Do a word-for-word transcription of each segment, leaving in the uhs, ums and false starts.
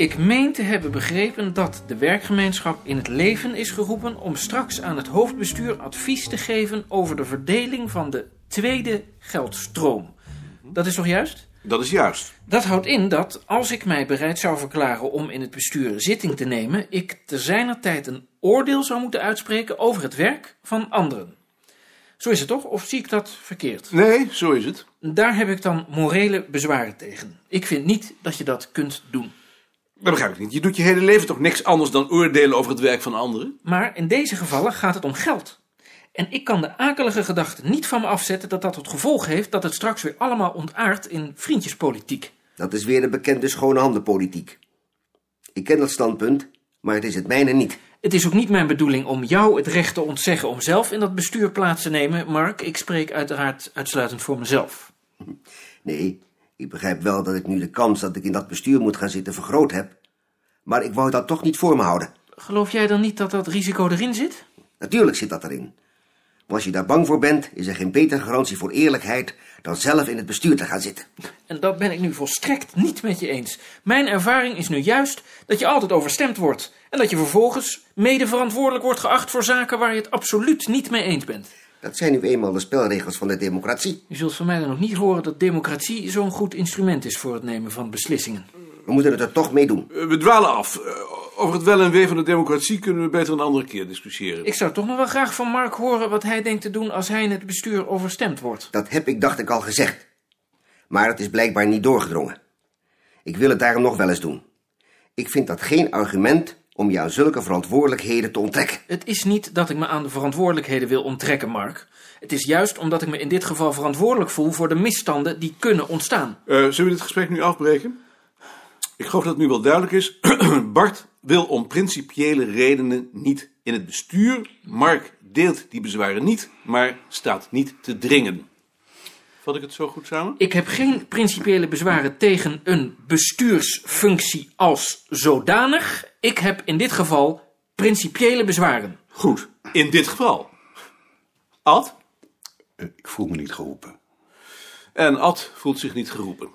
Ik meen te hebben begrepen dat de werkgemeenschap in het leven is geroepen om straks aan het hoofdbestuur advies te geven over de verdeling van de tweede geldstroom. Dat is toch juist? Dat is juist. Dat houdt in dat, als ik mij bereid zou verklaren om in het bestuur zitting te nemen, ik te zijner tijd een oordeel zou moeten uitspreken over het werk van anderen. Zo is het toch? Of zie ik dat verkeerd? Nee, zo is het. Daar heb ik dan morele bezwaren tegen. Ik vind niet dat je dat kunt doen. Dat begrijp ik niet. Je doet je hele leven toch niks anders dan oordelen over het werk van anderen? Maar in deze gevallen gaat het om geld. En ik kan de akelige gedachte niet van me afzetten dat dat tot gevolg heeft dat het straks weer allemaal ontaardt in vriendjespolitiek. Dat is weer de bekende schone handenpolitiek. Ik ken dat standpunt, maar het is het mijne niet. Het is ook niet mijn bedoeling om jou het recht te ontzeggen om zelf in dat bestuur plaats te nemen, Mark. Ik spreek uiteraard uitsluitend voor mezelf. Nee, ik begrijp wel dat ik nu de kans dat ik in dat bestuur moet gaan zitten vergroot heb. Maar ik wou dat toch niet voor me houden. Geloof jij dan niet dat dat risico erin zit? Natuurlijk zit dat erin. Maar als je daar bang voor bent, is er geen betere garantie voor eerlijkheid dan zelf in het bestuur te gaan zitten. En dat ben ik nu volstrekt niet met je eens. Mijn ervaring is nu juist dat je altijd overstemd wordt. En dat je vervolgens mede verantwoordelijk wordt geacht voor zaken waar je het absoluut niet mee eens bent. Dat zijn nu eenmaal de spelregels van de democratie. Je zult van mij dan ook niet horen dat democratie zo'n goed instrument is voor het nemen van beslissingen. We moeten het er toch mee doen. We dwalen af. Over het wel en wee van de democratie kunnen we beter een andere keer discussiëren. Ik zou toch nog wel graag van Mark horen wat hij denkt te doen als hij in het bestuur overstemd wordt. Dat heb ik, dacht ik, al gezegd. Maar het is blijkbaar niet doorgedrongen. Ik wil het daarom nog wel eens doen. Ik vind dat geen argument om je aan zulke verantwoordelijkheden te onttrekken. Het is niet dat ik me aan de verantwoordelijkheden wil onttrekken, Mark. Het is juist omdat ik me in dit geval verantwoordelijk voel voor de misstanden die kunnen ontstaan. Uh, zullen we dit gesprek nu afbreken? Ik geloof dat het nu wel duidelijk is. Bart wil om principiële redenen niet in het bestuur. Mark deelt die bezwaren niet, maar staat niet te dringen. Vat ik het zo goed samen? Ik heb geen principiële bezwaren tegen een bestuursfunctie als zodanig. Ik heb in dit geval principiële bezwaren. Goed, in dit geval. Ad? Uh, ik voel me niet geroepen. En Ad voelt zich niet geroepen.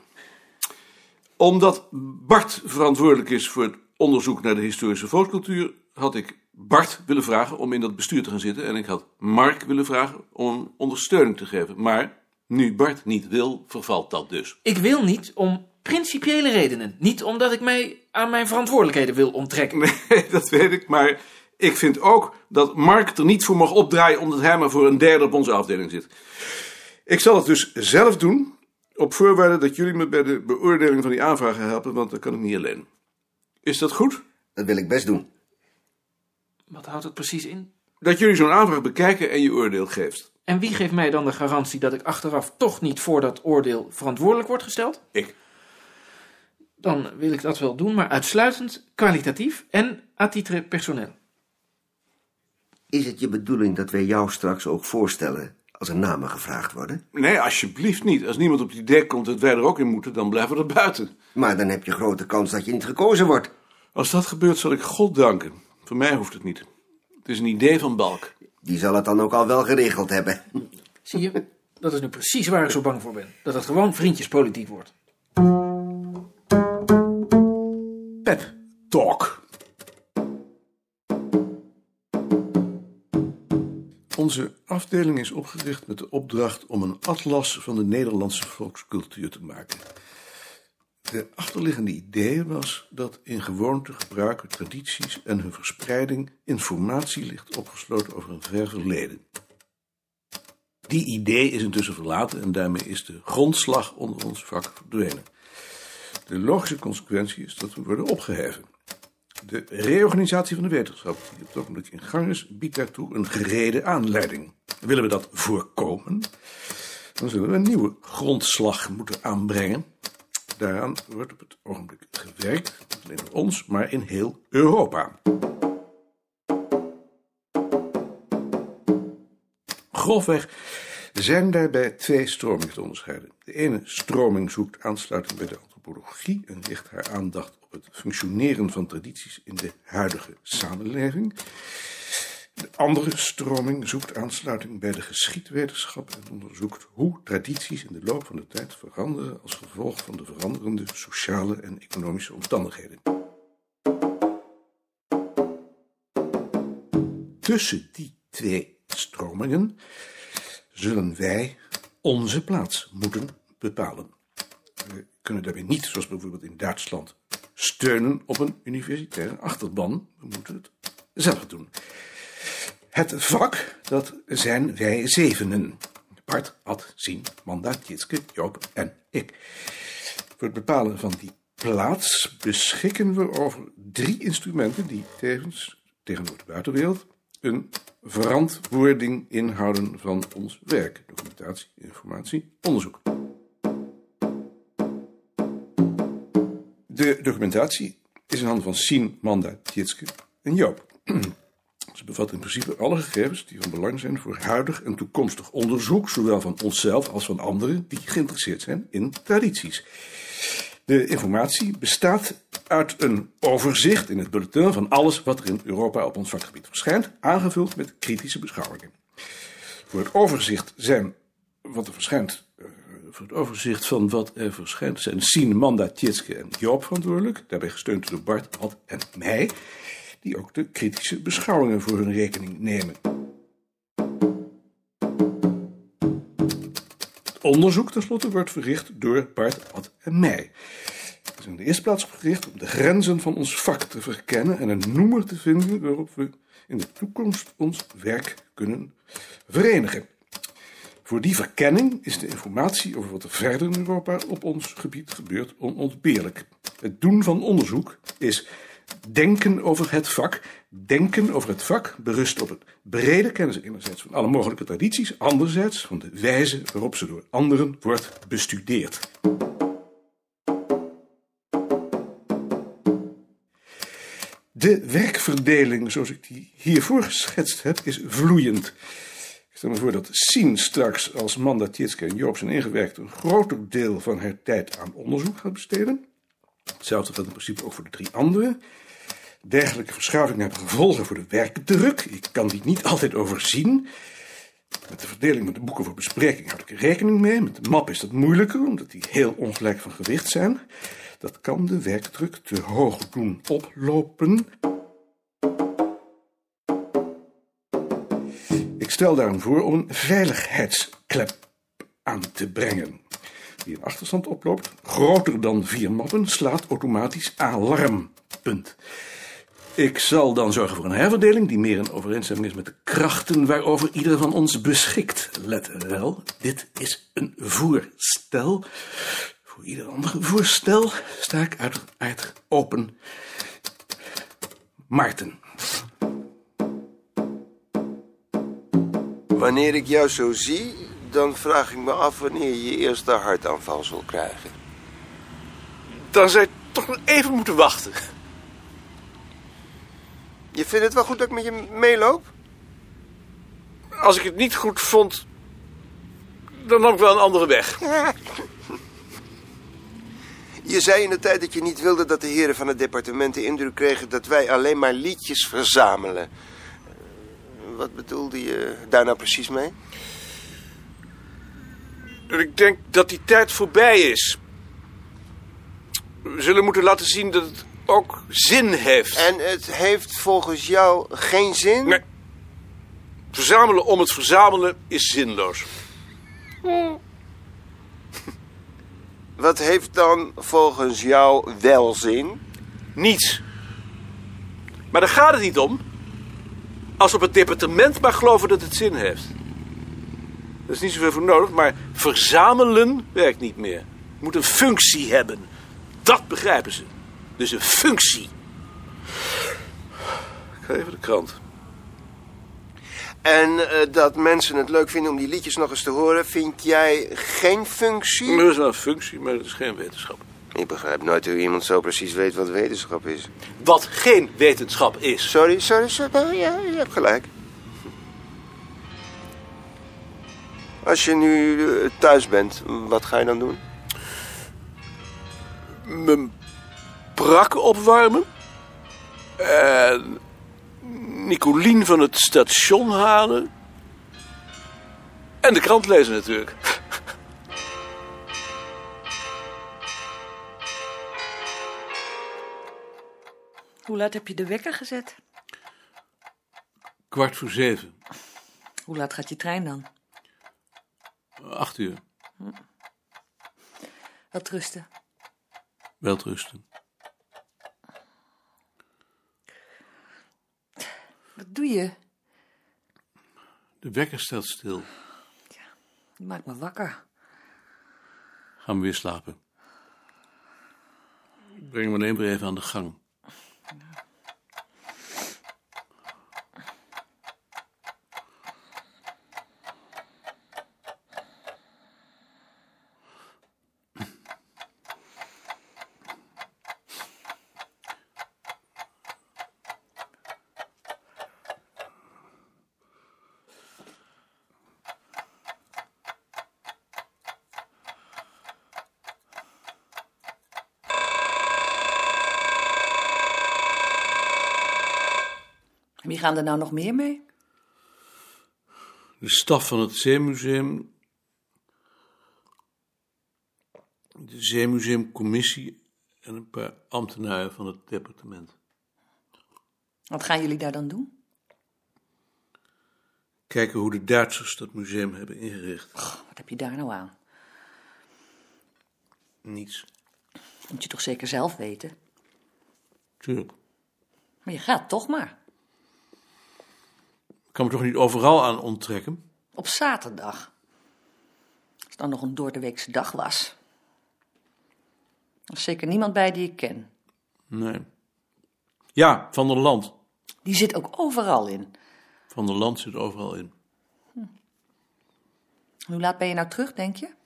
Omdat Bart verantwoordelijk is voor het onderzoek naar de historische volkscultuur, had ik Bart willen vragen om in dat bestuur te gaan zitten en ik had Mark willen vragen om ondersteuning te geven. Maar nu Bart niet wil, vervalt dat dus. Ik wil niet om principiële redenen. Niet omdat ik mij aan mijn verantwoordelijkheden wil onttrekken. Nee, dat weet ik, maar ik vind ook dat Mark er niet voor mag opdraaien omdat hij maar voor een derde op onze afdeling zit. Ik zal het dus zelf doen, op voorwaarde dat jullie me bij de beoordeling van die aanvragen helpen, want dat kan ik niet alleen. Is dat goed? Dat wil ik best doen. Wat houdt het precies in? Dat jullie zo'n aanvraag bekijken en je oordeel geeft. En wie geeft mij dan de garantie dat ik achteraf toch niet voor dat oordeel verantwoordelijk word gesteld? Ik. Dan wil ik dat wel doen, maar uitsluitend kwalitatief en à titre personnel. Is het je bedoeling dat wij jou straks ook voorstellen als er namen gevraagd worden? Nee, alsjeblieft niet. Als niemand op het idee komt dat wij er ook in moeten, dan blijven we er buiten. Maar dan heb je grote kans dat je niet gekozen wordt. Als dat gebeurt, zal ik God danken. Voor mij hoeft het niet. Het is een idee van Balk. Die zal het dan ook al wel geregeld hebben. Zie je, dat is nu precies waar ik zo bang voor ben. Dat het gewoon vriendjespolitiek wordt. Pep Talk. Onze afdeling is opgericht met de opdracht om een atlas van de Nederlandse volkscultuur te maken. De achterliggende idee was dat in gewoonten, gebruiken, tradities en hun verspreiding informatie ligt opgesloten over een ver verleden. Die idee is intussen verlaten en daarmee is de grondslag onder ons vak verdwenen. De logische consequentie is dat we worden opgeheven. De reorganisatie van de wetenschap, die op het ogenblik in gang is, biedt daartoe een gerede aanleiding. Willen we dat voorkomen, dan zullen we een nieuwe grondslag moeten aanbrengen. Daaraan wordt op het ogenblik gewerkt, niet alleen bij ons, maar in heel Europa. Grofweg zijn daarbij twee stromingen te onderscheiden. De ene stroming zoekt aansluiting bij de antropologie en richt haar aandacht op het functioneren van tradities in de huidige samenleving. De andere stroming zoekt aansluiting bij de geschiedwetenschap en onderzoekt hoe tradities in de loop van de tijd veranderen als gevolg van de veranderende sociale en economische omstandigheden. tussen die twee stromingen zullen wij onze plaats moeten bepalen. We kunnen daarbij niet, zoals bijvoorbeeld in Duitsland, steunen op een universitaire achterban. We moeten het zelf doen. Het vak, dat zijn wij zevenen. Bart, Ad, Sien, Manda, Tjitske, Joop en ik. Voor het bepalen van die plaats beschikken we over drie instrumenten die tevens tegenover de buitenwereld een verantwoording inhouden van ons werk. Documentatie, informatie, onderzoek. De documentatie is in handen van Sien, Manda, Tjitske en Joop. Ze bevat in principe alle gegevens die van belang zijn voor huidig en toekomstig onderzoek, zowel van onszelf als van anderen die geïnteresseerd zijn in tradities. De informatie bestaat uit een overzicht in het bulletin van alles wat er in Europa op ons vakgebied verschijnt, aangevuld met kritische beschouwingen. Voor het overzicht zijn wat er verschijnt, uh, voor het overzicht van wat er verschijnt zijn Sien, Manda, Tjitske en Joop verantwoordelijk, daarbij gesteund door Bart, Ad en mij, die ook de kritische beschouwingen voor hun rekening nemen. Het onderzoek tenslotte wordt verricht door Bart, Ad en mij. Het is in de eerste plaats gericht om de grenzen van ons vak te verkennen en een noemer te vinden waarop we in de toekomst ons werk kunnen verenigen. Voor die verkenning is de informatie over wat er verder in Europa op ons gebied gebeurt onontbeerlijk. Het doen van onderzoek is denken over het vak. Denken over het vak berust op het brede kennis enerzijds van alle mogelijke tradities, anderzijds van de wijze waarop ze door anderen wordt bestudeerd. De werkverdeling, zoals ik die hiervoor geschetst heb, is vloeiend. Ik stel me voor dat Sien straks als Manda, Tjitske en Joop zijn ingewerkt een groter deel van haar tijd aan onderzoek gaat besteden. Hetzelfde geldt in principe ook voor de drie anderen. Dergelijke verschuivingen hebben gevolgen voor de werkdruk. Ik kan die niet altijd overzien. Met de verdeling van de boeken voor bespreking houd ik er rekening mee. Met de map is dat moeilijker, omdat die heel ongelijk van gewicht zijn. Dat kan de werkdruk te hoog doen oplopen. Ik stel daarom voor om een veiligheidsklep aan te brengen. Die een achterstand oploopt, groter dan vier mappen, slaat automatisch alarm. Punt. Ik zal dan zorgen voor een herverdeling die meer in overeenstemming is met de krachten waarover ieder van ons beschikt. Let wel, dit is een voorstel. Voor ieder ander voorstel sta ik uiteraard open. Maarten. Wanneer ik jou zo zie, dan vraag ik me af wanneer je je eerste hartaanval zult krijgen. Dan zou je toch nog even moeten wachten. Je vindt het wel goed dat ik met je meeloop? Als ik het niet goed vond, dan nam ik wel een andere weg. Je zei in de tijd dat je niet wilde dat de heren van het departement de indruk kregen dat wij alleen maar liedjes verzamelen. Wat bedoelde je daar nou precies mee? Ik denk dat die tijd voorbij is. We zullen moeten laten zien dat het ook zin heeft. En het heeft volgens jou geen zin? Nee. Verzamelen om het verzamelen is zinloos. Wat heeft dan volgens jou wel zin? Niets. Maar daar gaat het niet om. Als we op het departement maar geloven dat het zin heeft. Er is niet zoveel voor nodig, maar verzamelen werkt niet meer. Het moet een functie hebben. Dat begrijpen ze. Dus een functie. Ik ga even de krant. En uh, dat mensen het leuk vinden om die liedjes nog eens te horen, vind jij geen functie? Er is wel een functie, maar het is geen wetenschap. Ik begrijp nooit hoe iemand zo precies weet wat wetenschap is. Wat geen wetenschap is. Sorry, sorry, sorry. Ja, je hebt gelijk. Als je nu uh, thuis bent, wat ga je dan doen? Mijn brak opwarmen. En Nicolien van het station halen. En de krant lezen natuurlijk. Hoe laat heb je de wekker gezet? Kwart voor zeven. Hoe laat gaat je trein dan? Acht uur. Wat rusten. Welterusten. Wat doe je? De wekker stelt stil. Je maakt me wakker. Gaan we weer slapen. Ik breng hem alleen weer even aan de gang. Wie gaan er nou nog meer mee? De staf van het Zeemuseum, de Zeemuseumcommissie en een paar ambtenaren van het departement. Wat gaan jullie daar dan doen? Kijken hoe de Duitsers dat museum hebben ingericht. Och, wat heb je daar nou aan? Niets. Dat moet je toch zeker zelf weten? Tuurlijk. Maar je gaat toch maar. Ik kan me toch niet overal aan onttrekken? Op zaterdag. Als het dan nog een doordeweekse dag was. Er is zeker niemand bij die ik ken. Nee. Ja, Van der Land. Die zit ook overal in. Van der Land zit overal in. Hm. Hoe laat ben je nou terug, denk je?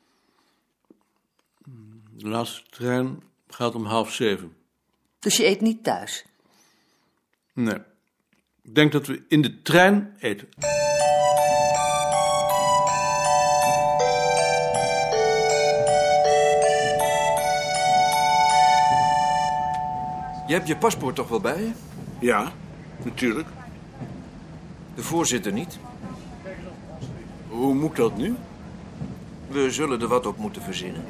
De laatste trein gaat om half zeven. Dus je eet niet thuis? Nee. Ik denk dat we in de trein eten. Je hebt je paspoort toch wel bij je? Ja, natuurlijk. De voorzitter niet. Hoe moet dat nu? We zullen er wat op moeten verzinnen.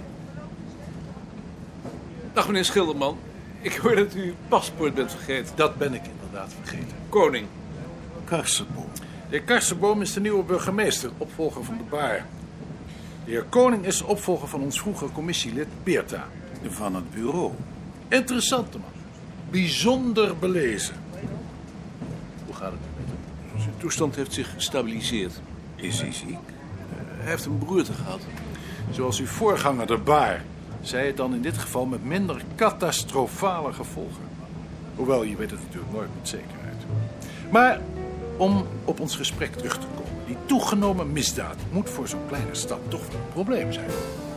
Dag meneer Schilderman. Ik hoor dat u uw paspoort bent vergeten. Dat ben ik inderdaad vergeten. Koning. Karsenboom. De heer Karsenboom is de nieuwe burgemeester, opvolger van de Baar. De heer Koning is opvolger van ons vroegere commissielid Beerta. Van het bureau. Interessante man. Bijzonder belezen. Hoe gaat het met hem? Zijn toestand heeft zich gestabiliseerd. Is hij ziek? Hij heeft een beroerte gehad. Zoals uw voorganger de Baar, zei het dan in dit geval met minder catastrofale gevolgen. Hoewel, je weet het natuurlijk nooit met zekerheid. Maar om op ons gesprek terug te komen. Die toegenomen misdaad moet voor zo'n kleine stad toch wel een probleem zijn.